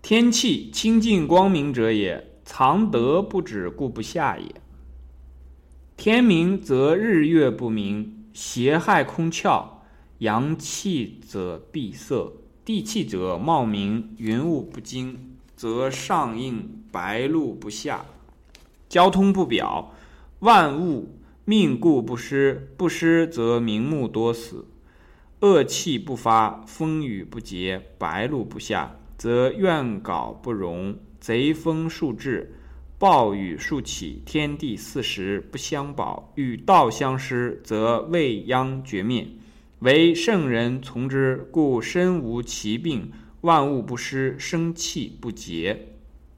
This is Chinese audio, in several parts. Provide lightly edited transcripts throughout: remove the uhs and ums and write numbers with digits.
天气清净光明者也，藏德不止，故不下也。天明则日月不明，邪害空窍；阳气则闭塞，地气则冒明，云雾不惊，则上应白露不下，交通不表，万物命故不失，不失则明目多死。恶气不发，风雨不节，白露不下，则怨稿不容，贼风数至，暴雨数起，天地四时不相保，与道相失，则未央绝灭。唯圣人从之，故身无其病，万物不失，生气不竭。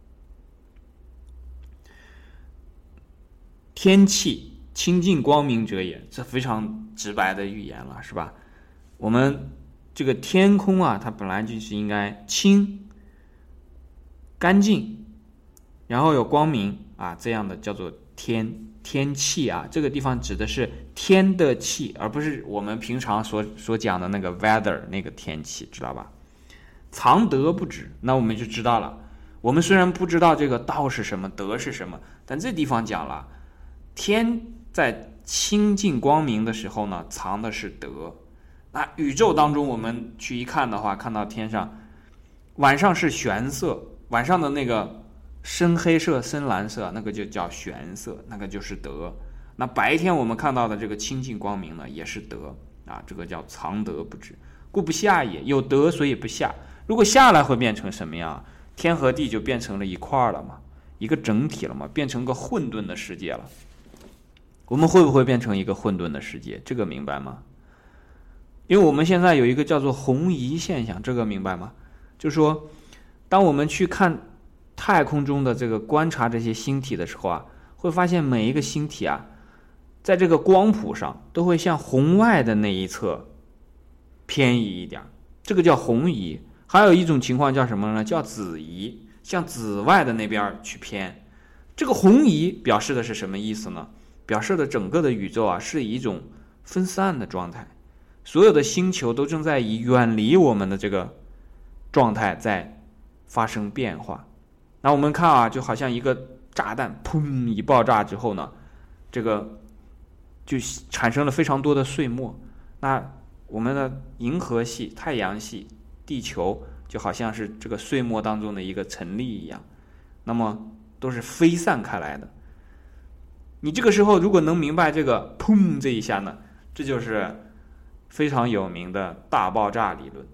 天气清净光明者也，这非常直白的语言了，是吧？我们这个天空啊，它本来就是应该清、干净，然后有光明啊，这样的叫做天气啊。这个地方指的是天的气，而不是我们平常所讲的那个 weather 那个天气，知道吧？藏德不止，那我们就知道了。我们虽然不知道这个道是什么，德是什么，但这地方讲了，天在清净光明的时候呢，藏的是德。那宇宙当中我们去一看的话，看到天上晚上是玄色，晚上的那个深黑色、深蓝色，那个就叫玄色，那个就是德。那白天我们看到的这个清净光明呢，也是德啊，这个叫藏德不止，故不下也。有德所以不下，如果下来会变成什么样？天和地就变成了一块了嘛，一个整体了嘛，变成个混沌的世界了。我们会不会变成一个混沌的世界？这个明白吗？因为我们现在有一个叫做红移现象，这个明白吗？就是说，当我们去看太空中的这个观察这些星体的时候啊，会发现每一个星体啊，在这个光谱上都会向红外的那一侧偏移一点，这个叫红移。还有一种情况叫什么呢？叫紫移，向紫外的那边去偏。这个红移表示的是什么意思呢？表示的整个的宇宙啊是以一种分散的状态，所有的星球都正在以远离我们的这个状态在发生变化。那我们看啊，就好像一个炸弹砰一爆炸之后呢，这个就产生了非常多的碎末。那我们的银河系、太阳系、地球就好像是这个碎末当中的一个尘粒一样，那么都是飞散开来的。你这个时候如果能明白这个砰这一下呢，这就是非常有名的大爆炸理论。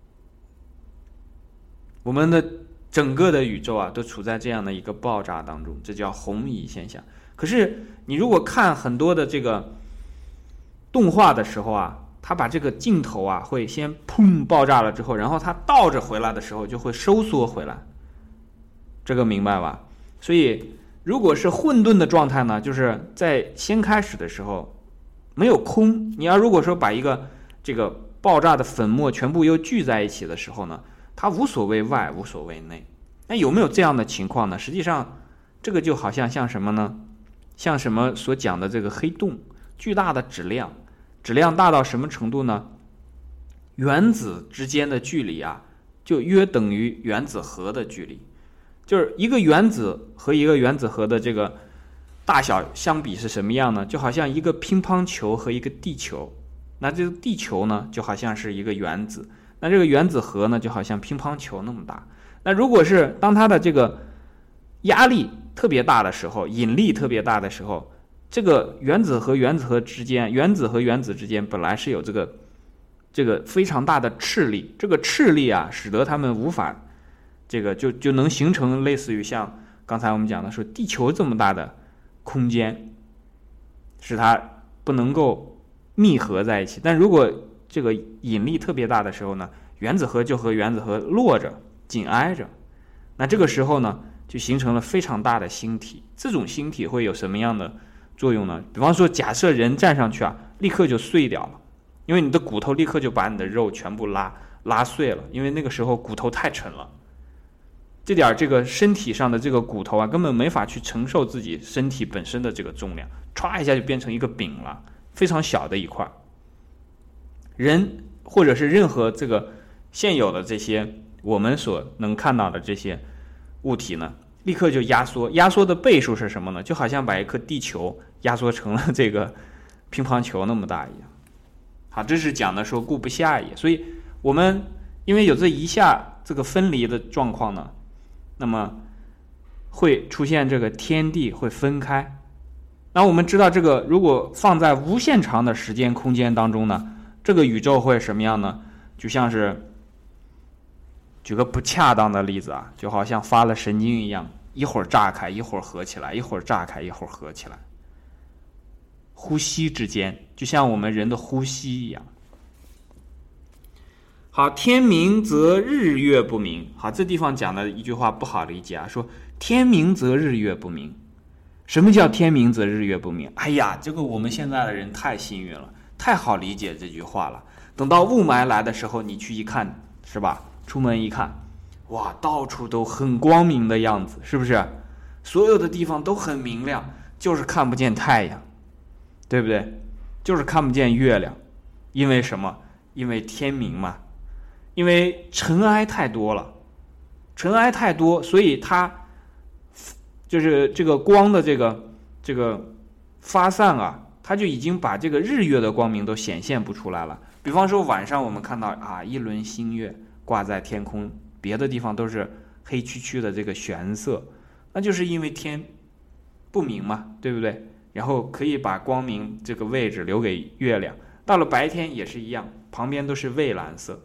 我们的整个的宇宙啊都处在这样的一个爆炸当中，这叫红移现象。可是你如果看很多的这个动画的时候啊，它把这个镜头啊会先砰爆炸了之后，然后它倒着回来的时候就会收缩回来，这个明白吧？所以如果是混沌的状态呢，就是在先开始的时候没有空，你要如果说把一个这个爆炸的粉末全部又聚在一起的时候呢，它无所谓外无所谓内。那有没有这样的情况呢？实际上这个就好像什么呢？像什么所讲的这个黑洞，巨大的质量大到什么程度呢？原子之间的距离啊就约等于原子核的距离。就是一个原子和一个原子核的这个大小相比是什么样呢？就好像一个乒乓球和一个地球。那这个地球呢就好像是一个原子，那这个原子核呢就好像乒乓球那么大。那如果是当它的这个压力特别大的时候，引力特别大的时候，这个原子和原子之间本来是有这个非常大的斥力，这个斥力啊使得它们无法这个就能形成类似于像刚才我们讲的说地球这么大的空间，使它不能够密合在一起。但如果这个引力特别大的时候呢，原子核就和原子核落着紧挨着，那这个时候呢就形成了非常大的星体。这种星体会有什么样的作用呢？比方说假设人站上去啊，立刻就碎掉了，因为你的骨头立刻就把你的肉全部拉碎了，因为那个时候骨头太沉了，这点这个身体上的这个骨头啊根本没法去承受自己身体本身的这个重量，歘一下就变成一个饼了，非常小的一块。人或者是任何这个现有的这些我们所能看到的这些物体呢，立刻就压缩。压缩的倍数是什么呢？就好像把一颗地球压缩成了这个乒乓球那么大一样。好，这是讲的说固不下也。所以我们因为有这一下这个分离的状况呢，那么会出现这个天地会分开。那我们知道这个如果放在无限长的时间空间当中呢，这个宇宙会什么样呢？就像是举个不恰当的例子啊，就好像发了神经一样，一会儿炸开一会儿合起来，一会儿炸开一会儿合起来。呼吸之间就像我们人的呼吸一样。好，天明则日月不明。好，这地方讲的一句话不好理解啊，说天明则日月不明。什么叫天明则日月不明？哎呀，这个我们现在的人太幸运了，太好理解这句话了。等到雾霾来的时候，你去一看，是吧？出门一看，哇，到处都很光明的样子，是不是？所有的地方都很明亮，就是看不见太阳，对不对？就是看不见月亮。因为什么？因为天明嘛。因为尘埃太多了，尘埃太多，所以它就是这个光的这个发散啊，它就已经把这个日月的光明都显现不出来了。比方说晚上我们看到啊，一轮新月挂在天空，别的地方都是黑黢黢的这个玄色，那就是因为天不明嘛，对不对？然后可以把光明这个位置留给月亮。到了白天也是一样，旁边都是蔚蓝色。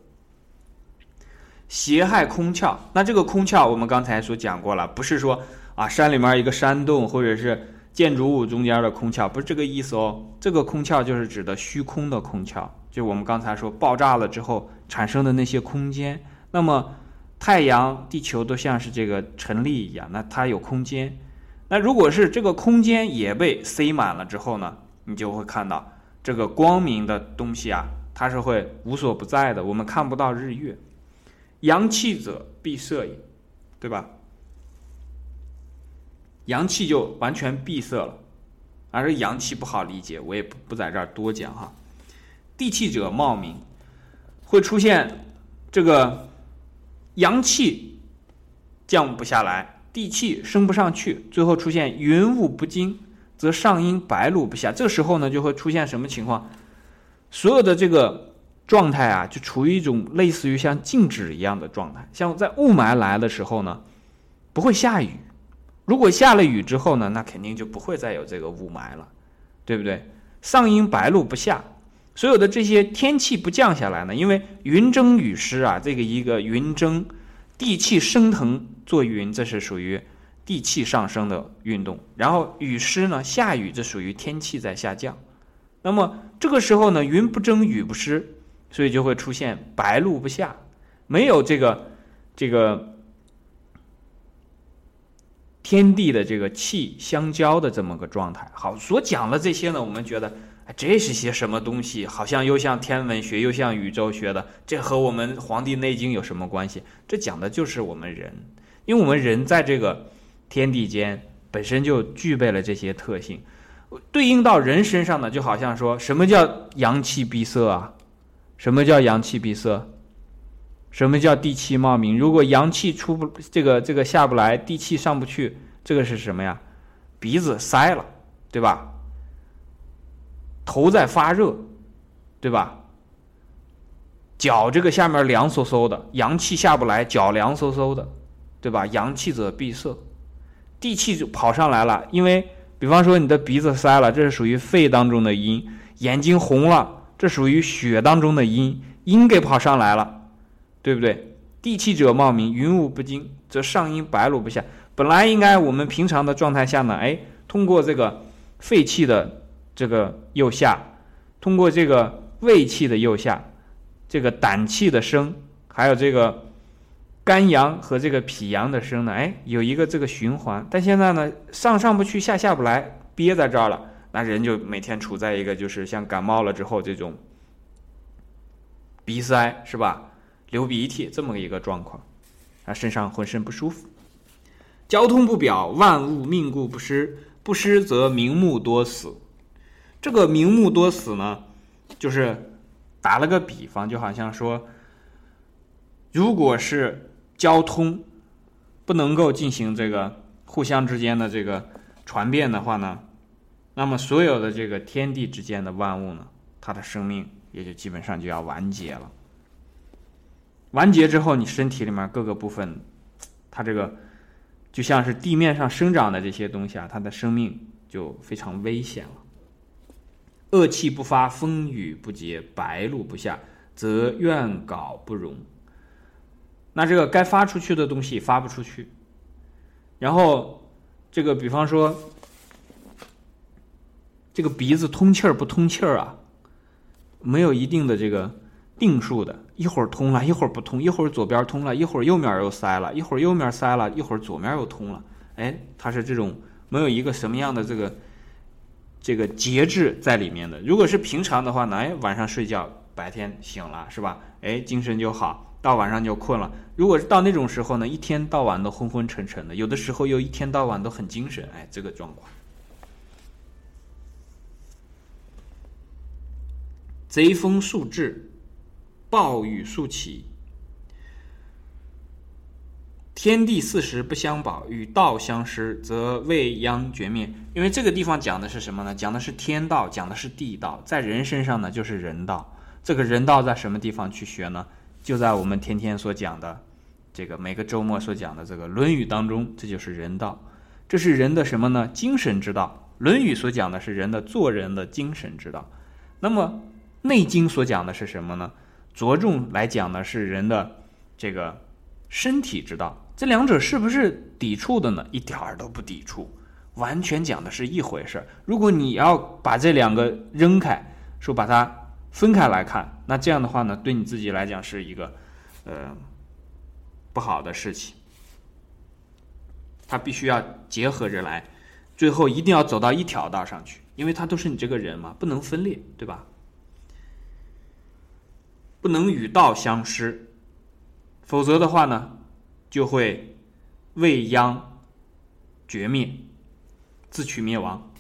邪害空窍，那这个空窍我们刚才所讲过了，不是说啊山里面一个山洞或者是建筑物中间的空窍，不是这个意思哦。这个空窍就是指的虚空的空窍，就我们刚才说爆炸了之后产生的那些空间。那么太阳、地球都像是这个尘粒一样，那它有空间。那如果是这个空间也被塞满了之后呢，你就会看到这个光明的东西啊，它是会无所不在的，我们看不到日月。阳气者闭塞也，对吧？阳气就完全闭塞了，而阳气不好理解，我也不在这儿多讲哈。地气者冒明，会出现这个阳气降不下来，地气升不上去，最后出现云雾不精，则上阴白露不下。这时候呢，就会出现什么情况？所有的这个状态啊，就处于一种类似于像静止一样的状态。像在雾霾来的时候呢，不会下雨。如果下了雨之后呢，那肯定就不会再有这个雾霾了，对不对？上阴白露不下，所有的这些天气不降下来呢，因为云蒸雨湿啊，这个一个云蒸，地气升腾做云，这是属于地气上升的运动。然后雨湿呢，下雨，这属于天气在下降。那么这个时候呢，云不蒸雨不湿，所以就会出现白露不下，没有这个天地的这个气相交的这么个状态。好，所讲的这些呢，我们觉得这是些什么东西？好像又像天文学，又像宇宙学的，这和我们《黄帝内经》有什么关系？这讲的就是我们人，因为我们人在这个天地间本身就具备了这些特性，对应到人身上呢，就好像说什么叫阳气闭塞啊？什么叫阳气闭塞？什么叫地气冒明？如果阳气出不这个下不来，地气上不去，这个是什么呀？鼻子塞了，对吧？头在发热，对吧？脚这个下面凉飕飕的，阳气下不来，脚凉飕飕的，对吧？阳气者闭塞，地气就跑上来了。因为比方说你的鼻子塞了，这是属于肺当中的阴；眼睛红了，这属于血当中的阴，阴给跑上来了。对不对？地气者冒明，云雾不精，则上阴白露不下。本来应该我们平常的状态下呢，通过这个肺气的这个右下，通过这个胃气的右下，这个胆气的升，还有这个肝阳和这个脾阳的升呢，有一个这个循环。但现在呢，上不去，下不来，憋在这儿了，那人就每天处在一个就是像感冒了之后这种鼻塞，是吧？流鼻涕这么一个状况，身上浑身不舒服。交通不表，万物命故不失，不失则明目多死。这个明目多死呢，就是打了个比方，就好像说，如果是交通不能够进行这个互相之间的这个传变的话呢，那么所有的这个天地之间的万物呢，它的生命也就基本上就要完结了。完结之后，你身体里面各个部分，它这个就像是地面上生长的这些东西啊，它的生命就非常危险了。恶气不发，风雨不节，白露不下，则怨稿不容。那这个该发出去的东西发不出去，然后这个比方说这个鼻子通气儿不通气儿啊，没有一定的这个定数的，一会儿通了，一会儿不通，一会儿左边通了，一会儿右面又塞了，一会儿右面塞了，一会儿左面又通了。哎，它是这种没有一个什么样的这个节制在里面的。如果是平常的话呢，哎，晚上睡觉，白天醒了是吧？哎，精神就好，到晚上就困了。如果是到那种时候呢，一天到晚都昏昏沉沉的，有的时候又一天到晚都很精神，哎，这个状况。贼风速至，暴雨速起，天地四时不相保，与道相失，则未央绝灭。因为这个地方讲的是什么呢？讲的是天道，讲的是地道，在人身上呢就是人道。这个人道在什么地方去学呢？就在我们天天所讲的这个每个周末所讲的这个《论语》当中，这就是人道。这是人的什么呢？精神之道。《论语》所讲的是人的做人的精神之道。那么内经所讲的是什么呢？着重来讲的是人的这个身体之道。这两者是不是抵触的呢？一点儿都不抵触，完全讲的是一回事。如果你要把这两个扔开，说把它分开来看，那这样的话呢，对你自己来讲是一个不好的事情。它必须要结合着来，最后一定要走到一条道上去，因为它都是你这个人嘛，不能分裂，对吧？不能与道相失，否则的话呢，就会未央绝灭，自取灭亡。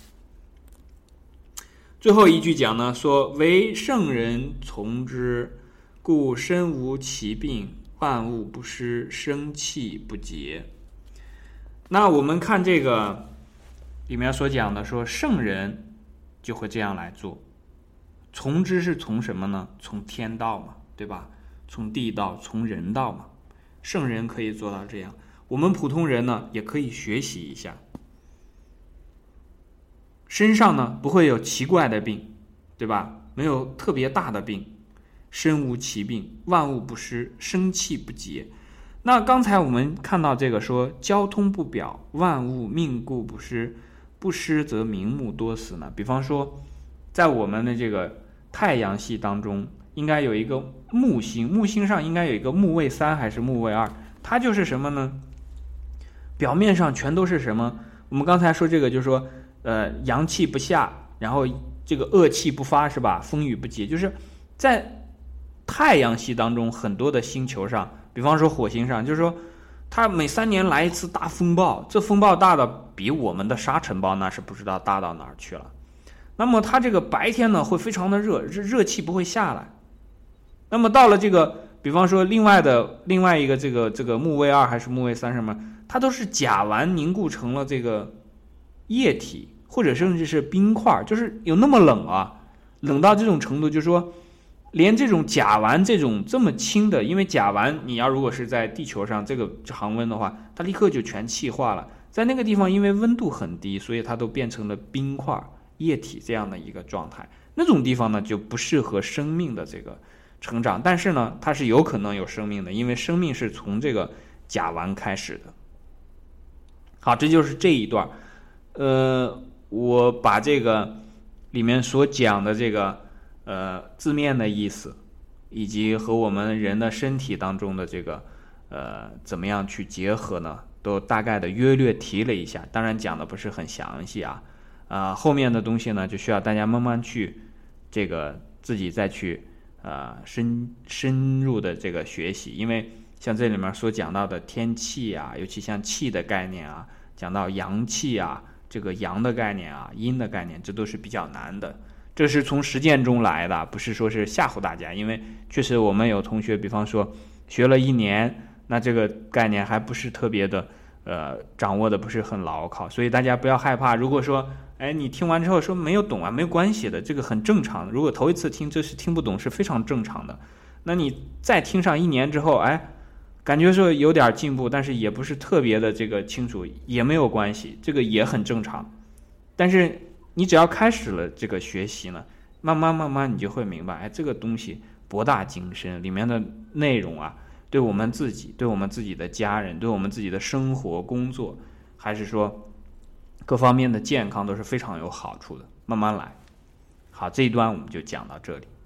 最后一句讲呢，说唯圣人从之，故身无其病，万物不失，生气不竭。那我们看这个里面所讲的，说圣人就会这样来做。从之是从什么呢？从天道嘛，对吧？从地道，从人道嘛。圣人可以做到这样，我们普通人呢也可以学习一下。身上呢不会有奇怪的病，对吧？没有特别大的病，身无其病，万物不失，生气不竭。那刚才我们看到这个说交通不表，万物命故不失，不失则名目多死呢。比方说在我们的这个太阳系当中，应该有一个木星，木星上应该有一个木卫3还是木卫2，它就是什么呢？表面上全都是什么？我们刚才说这个就是说阳气不下，然后这个恶气不发，是吧？风雨不节，就是在太阳系当中很多的星球上，比方说火星上，就是说它每3年来一次大风暴，这风暴大的比我们的沙尘暴那是不知道大到哪儿去了。那么它这个白天呢会非常的热，热气不会下来。那么到了这个比方说另外一个这个木卫2还是木卫3什么，它都是甲烷凝固成了这个液体，或者甚至是冰块，就是有那么冷啊，冷到这种程度，就是说连这种甲烷这么轻的，因为甲烷你要如果是在地球上这个恒温的话，它立刻就全气化了。在那个地方因为温度很低，所以它都变成了冰块液体这样的一个状态。那种地方呢就不适合生命的这个成长，但是呢它是有可能有生命的，因为生命是从这个甲烷开始的。好，这就是这一段。我把这个里面所讲的这个字面的意思，以及和我们人的身体当中的这个怎么样去结合呢，都大概的约略提了一下，当然讲的不是很详细啊。后面的东西呢就需要大家慢慢去这个自己再去深入的这个学习，因为像这里面所讲到的天气啊，尤其像气的概念啊，讲到阳气啊，这个阳的概念啊，阴的概念，这都是比较难的。这是从实践中来的，不是说是吓唬大家，因为确实我们有同学比方说学了1年， 那这个概念还不是特别的掌握的不是很牢靠，所以大家不要害怕。如果说你听完之后说没有懂啊，没有关系的，这个很正常的。如果头一次听这是听不懂是非常正常的。那你再听上1年之后，感觉说有点进步，但是也不是特别的这个清楚，也没有关系，这个也很正常。但是你只要开始了这个学习呢，慢慢你就会明白，这个东西博大精深，里面的内容啊，对我们自己、对我们自己的家人、对我们自己的生活、工作，还是说各方面的健康都是非常有好处的。慢慢来。好，这一段我们就讲到这里。